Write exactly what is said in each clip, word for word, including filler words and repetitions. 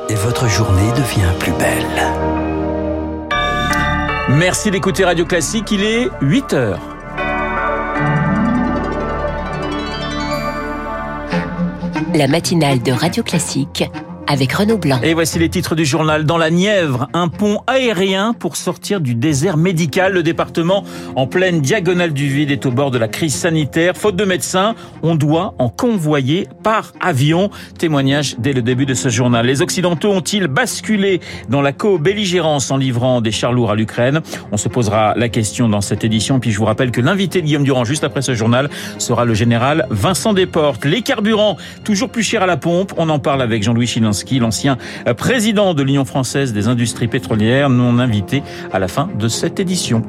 et votre journée devient plus belle. Merci d'écouter Radio Classique, il est huit heures. La matinale de Radio Classique avec Renaud Blanc. Et voici les titres du journal. Dans la Nièvre, un pont aérien pour sortir du désert médical. Le département, en pleine diagonale du vide, est au bord de la crise sanitaire. Faute de médecins, on doit en convoyer par avion. Témoignage dès le début de ce journal. Les Occidentaux ont-ils basculé dans la co-belligérance en livrant des chars lourds à l'Ukraine? On se posera la question dans cette édition. Puis je vous rappelle que l'invité de Guillaume Durand, juste après ce journal, sera le général Vincent Desportes. Les carburants, toujours plus chers à la pompe. On en parle avec Jean-Louis Chilinski, l'ancien président de l'Union française des industries pétrolières, mon invité à la fin de cette édition.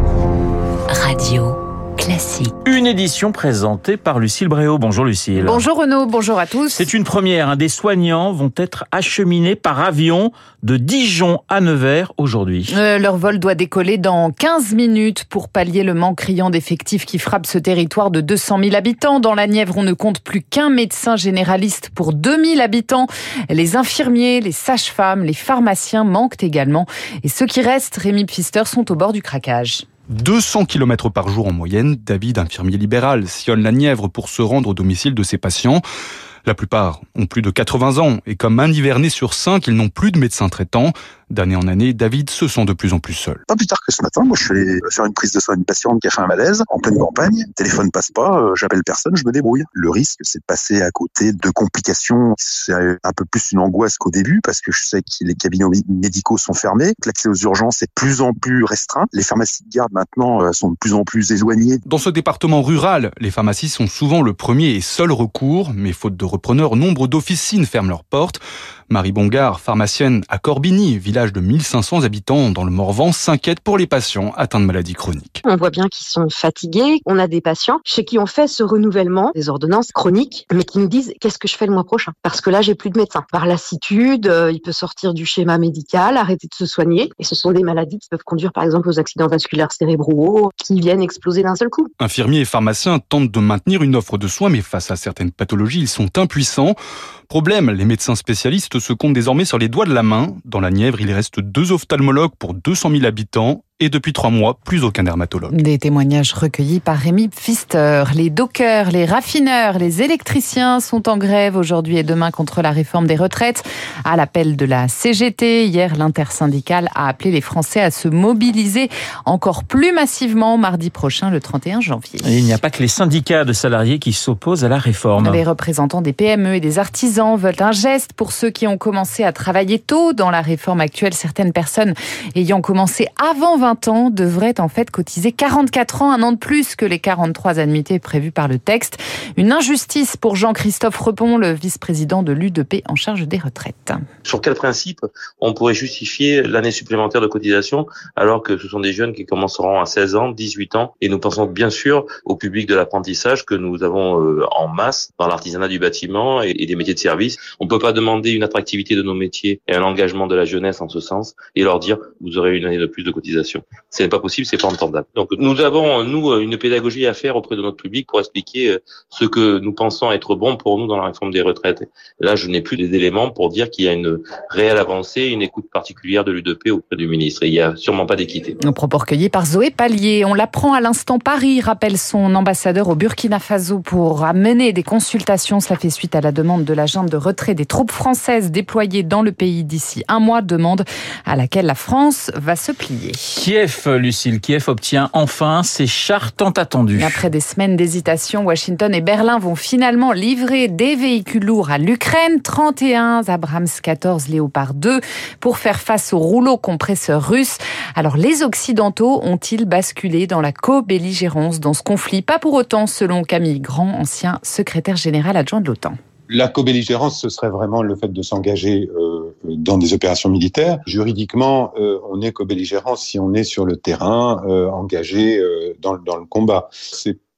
Radio Classique. Une édition présentée par Lucille Bréau. Bonjour Lucille. Bonjour Renaud, bonjour à tous. C'est une première. Des soignants vont être acheminés par avion de Dijon à Nevers aujourd'hui. Euh, leur vol doit décoller dans quinze minutes pour pallier le manque criant d'effectifs qui frappe ce territoire de deux cent mille habitants. Dans la Nièvre, on ne compte plus qu'un médecin généraliste pour deux mille habitants. Les infirmiers, les sages-femmes, les pharmaciens manquent également. Et ceux qui restent, Rémi Pfister, sont au bord du craquage. deux cents kilomètres par jour en moyenne, David, infirmier libéral, sillonne la Nièvre pour se rendre au domicile de ses patients. La plupart ont plus de quatre-vingts ans et comme un hiverné sur cinq, ils n'ont plus de médecin traitant. D'année en année, David se sent de plus en plus seul. Pas plus tard que ce matin, moi je suis allé faire une prise de sang à une patiente qui a fait un malaise en pleine campagne. Le téléphone passe pas, euh, j'appelle personne, je me débrouille. Le risque, c'est de passer à côté de complications. C'est un peu plus une angoisse qu'au début parce que je sais que les cabinets médicaux sont fermés, que l'accès aux urgences est de plus en plus restreint. Les pharmacies de garde maintenant euh, sont de plus en plus éloignées. Dans ce département rural, les pharmacies sont souvent le premier et seul recours, mais faute de repreneurs, nombre d'officines ferment leurs portes. Marie Bongard, pharmacienne à Corbigny, village de mille cinq cents habitants dans le Morvan, s'inquiète pour les patients atteints de maladies chroniques. On voit bien qu'ils sont fatigués. On a des patients chez qui on fait ce renouvellement des ordonnances chroniques, mais qui nous disent « qu'est-ce que je fais le mois prochain ?» Parce que là, j'ai plus de médecin. Par lassitude, euh, il peut sortir du schéma médical, arrêter de se soigner. Et ce sont des maladies qui peuvent conduire par exemple aux accidents vasculaires cérébraux qui viennent exploser d'un seul coup. Infirmiers et pharmaciens tentent de maintenir une offre de soins, mais face à certaines pathologies, ils sont impuissants. Problème, les médecins spécialistes se comptent désormais sur les doigts de la main. Dans la Nièvre, il reste deux ophtalmologues pour deux cent mille habitants. Et depuis trois mois, plus aucun dermatologue. Des témoignages recueillis par Rémi Pfister. Les dockers, les raffineurs, les électriciens sont en grève aujourd'hui et demain contre la réforme des retraites. À l'appel de la C G T, hier, l'intersyndicale a appelé les Français à se mobiliser encore plus massivement mardi prochain, le trente et un janvier. Et il n'y a pas que les syndicats de salariés qui s'opposent à la réforme. Les représentants des P M E et des artisans veulent un geste pour ceux qui ont commencé à travailler tôt dans la réforme actuelle. Certaines personnes ayant commencé avant vingt ans devraient en fait cotiser quarante-quatre ans, un an de plus que les quarante-trois annuités prévues par le texte. Une injustice pour Jean-Christophe Repon, le vice-président de l'U D P en charge des retraites. Sur quel principe on pourrait justifier l'année supplémentaire de cotisation alors que ce sont des jeunes qui commenceront à seize ans, dix-huit ans, et nous pensons bien sûr au public de l'apprentissage que nous avons euh, en masse dans l'artisanat du bâtiment et, et des métiers de service. On ne peut pas demander une attractivité de nos métiers et un engagement de la jeunesse en ce sens et leur dire vous aurez une année de plus de cotisation. Ce n'est pas possible, c'est pas entendable. Donc nous avons, nous, une pédagogie à faire auprès de notre public pour expliquer ce que nous pensons être bon pour nous dans la réforme des retraites. Là, je n'ai plus des éléments pour dire qu'il y a une réelle avancée, une écoute particulière de l'U D P auprès du ministre. Et il n'y a sûrement pas d'équité. Un propos recueilli par Zoé Pallier. On l'apprend à l'instant, Paris rappelle son ambassadeur au Burkina Faso pour amener des consultations. Cela fait suite à la demande de la junte de retrait des troupes françaises déployées dans le pays d'ici un mois, demande à laquelle la France va se plier. Kiev, Lucille, Kiev obtient enfin ses chars tant attendus. Après des semaines d'hésitation, Washington et Berlin vont finalement livrer des véhicules lourds à l'Ukraine. trente et un Abrams quatorze Léopard deux pour faire face aux rouleaux compresseurs russes. Alors les Occidentaux ont-ils basculé dans la co-belligérance dans ce conflit? Pas pour autant, selon Camille Grand, ancien secrétaire général adjoint de l'OTAN. La co-belligérance, ce serait vraiment le fait de s'engager euh, dans des opérations militaires. Juridiquement, euh, on est co-belligérant si on est sur le terrain, euh, engagé euh, dans, dans le combat. C'est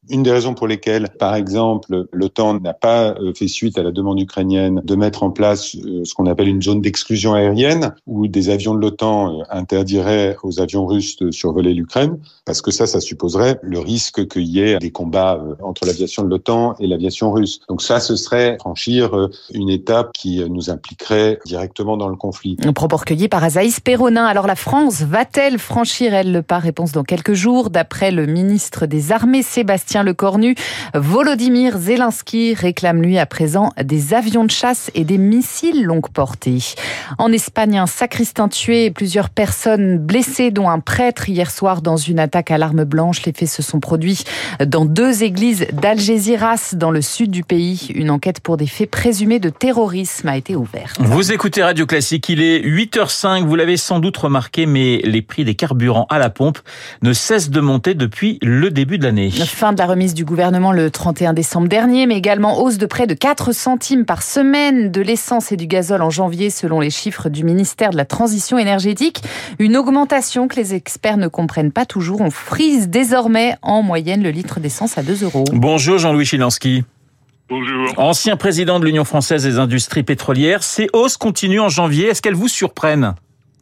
Une des raisons pour lesquelles, par exemple, l'OTAN n'a pas fait suite à la demande ukrainienne de mettre en place ce qu'on appelle une zone d'exclusion aérienne, où des avions de l'OTAN interdiraient aux avions russes de survoler l'Ukraine, parce que ça, ça supposerait le risque qu'il y ait des combats entre l'aviation de l'OTAN et l'aviation russe. Donc ça, ce serait franchir une étape qui nous impliquerait directement dans le conflit. Un propos recueilli par Azaïs Perronin. Alors la France va-t-elle franchir, elle, le pas? Réponse dans quelques jours. D'après le ministre des Armées, Sébastien Lecornu, Volodymyr Zelensky réclame lui à présent des avions de chasse et des missiles longue portée. En Espagne, un sacristain tué et plusieurs personnes blessées, dont un prêtre hier soir dans une attaque à l'arme blanche. Les faits se sont produits dans deux églises d'Algeciras, dans le sud du pays. Une enquête pour des faits présumés de terrorisme a été ouverte. Vous écoutez Radio Classique, il est huit heures cinq, vous l'avez sans doute remarqué, mais les prix des carburants à la pompe ne cessent de monter depuis le début de l'année. Fin de la remise du gouvernement le trente et un décembre dernier, mais également hausse de près de quatre centimes par semaine de l'essence et du gazole en janvier, selon les chiffres du ministère de la Transition énergétique. Une augmentation que les experts ne comprennent pas toujours. On frise désormais en moyenne le litre d'essence à deux euros. Bonjour Jean-Louis Chilansky. Bonjour. Ancien président de l'Union française des industries pétrolières, ces hausses continuent en janvier. Est-ce qu'elles vous surprennent ?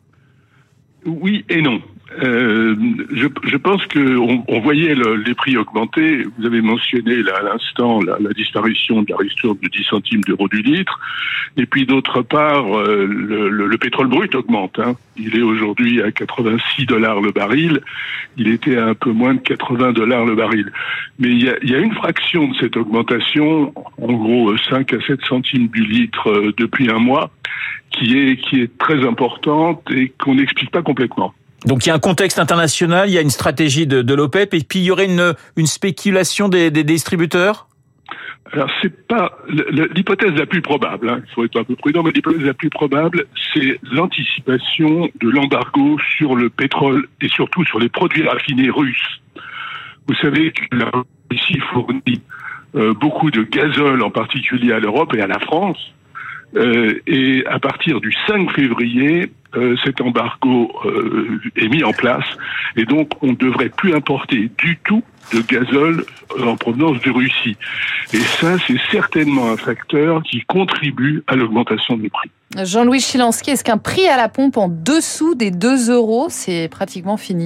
Oui et non. Euh, je, je pense que on, on voyait le, les prix augmenter. Vous avez mentionné là, à l'instant la, la disparition de la ristourne de dix centimes d'euros du litre. Et puis d'autre part, euh, le, le, le pétrole brut augmente. Hein. Il est aujourd'hui à quatre-vingt-six dollars le baril. Il était à un peu moins de quatre-vingts dollars le baril. Mais il y a, il y a une fraction de cette augmentation, en gros cinq à sept centimes du litre euh, depuis un mois, qui est, qui est très importante et qu'on n'explique pas complètement. Donc il y a un contexte international, il y a une stratégie de, de l'OPEP, et puis il y aurait une, une spéculation des, des distributeurs ? Alors c'est pas l'hypothèse la plus probable, hein. Il faut être un peu prudent, mais l'hypothèse la plus probable, c'est l'anticipation de l'embargo sur le pétrole et surtout sur les produits raffinés russes. Vous savez que la Russie fournit euh, beaucoup de gazole, en particulier à l'Europe et à la France. Euh, et à partir du cinq février, euh, cet embargo euh, est mis en place, et donc on ne devrait plus importer du tout de gazole en provenance de Russie. Et ça, c'est certainement un facteur qui contribue à l'augmentation des prix. Jean-Louis Chilansky, est-ce qu'un prix à la pompe en dessous des deux euros, c'est pratiquement fini ?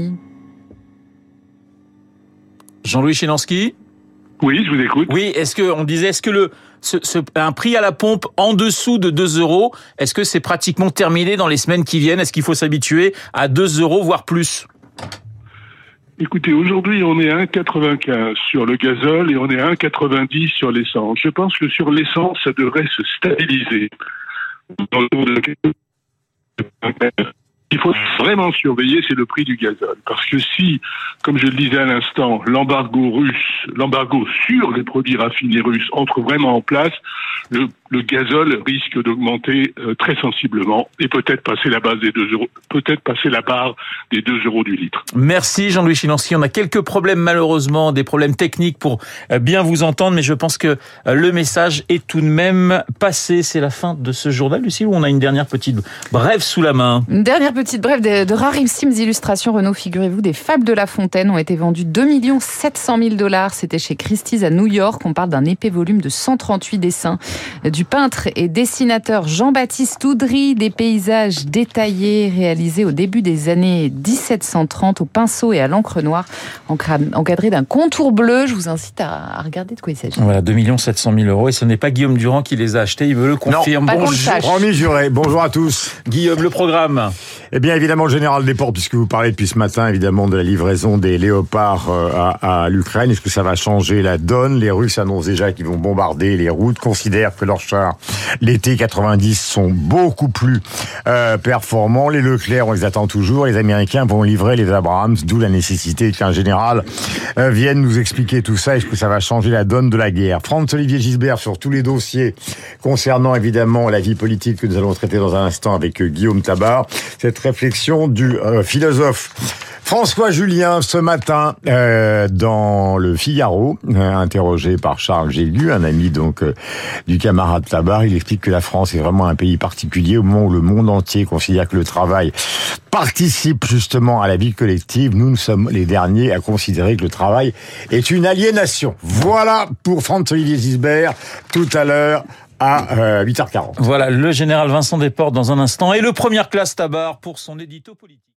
Jean-Louis Chilansky ? Oui, je vous écoute. Oui, est-ce que on disait, est-ce que le ce, ce, un prix à la pompe en dessous de deux euros, est-ce que c'est pratiquement terminé dans les semaines qui viennent ? Est-ce qu'il faut s'habituer à deux euros, voire plus ? Écoutez, aujourd'hui, on est à un virgule quatre-vingt-quinze sur le gazole et on est à un virgule quatre-vingt-dix sur l'essence. Je pense que sur l'essence, ça devrait se stabiliser. Il faut vraiment surveiller, c'est le prix du gazole. Parce que si, comme je le disais à l'instant, l'embargo russe, l'embargo sur les produits raffinés russes entre vraiment en place, le, le gazole risque d'augmenter euh, très sensiblement et peut-être passer la base des deux euros, peut-être passer la barre des deux euros du litre. Merci Jean-Louis Chilansky. On a quelques problèmes malheureusement, des problèmes techniques pour bien vous entendre, mais je pense que le message est tout de même passé. C'est la fin de ce journal, Lucie, où on a une dernière petite brève sous la main. Une dernière petite brève de, de rarissimes illustrations, Renaud. Figurez-vous, des fables de La Fontaine ont été vendues deux millions sept cent mille dollars. C'était chez Christie's à New York. On parle d'un épais volume de cent trente-huit dessins du peintre et dessinateur Jean-Baptiste Oudry, des paysages détaillés réalisés au début des années dix-sept cent trente au pinceau et à l'encre noire, encadrés d'un contour bleu. Je vous incite à regarder de quoi il s'agit. Voilà, deux millions sept cent mille euros, et ce n'est pas Guillaume Durand qui les a achetés, il me le confirme. Non, bonjour. Promis juré, bonjour à tous. Guillaume, le programme. Eh bien évidemment le général des ports, puisque vous parlez depuis ce matin évidemment de la livraison des léopards à, à l'Ukraine. Est-ce que ça va changer la donne ? Les Russes annoncent déjà qu'ils vont bombarder les routes, considèrent que leurs chars, les T quatre-vingt-dix, sont beaucoup plus euh, performants. Les Leclerc, on les attend toujours. Les Américains vont livrer les Abrams, d'où la nécessité qu'un général euh, vienne nous expliquer tout ça. Est-ce que ça va changer la donne de la guerre ? Franz-Olivier Gisbert sur tous les dossiers concernant évidemment la vie politique que nous allons traiter dans un instant avec euh, Guillaume Tabar. Cette réflexion du euh, philosophe François Julien, ce matin, euh, dans le Figaro, euh, interrogé par Charles Gélu, un ami donc euh, du camarade Tabar, il explique que la France est vraiment un pays particulier au moment où le monde entier considère que le travail participe justement à la vie collective. Nous, nous sommes les derniers à considérer que le travail est une aliénation. Voilà pour Franz-Olivier Gisbert, tout à l'heure à euh, huit heures quarante. Voilà, le général Vincent Desportes dans un instant et le Première Classe Tabar pour son édito politique.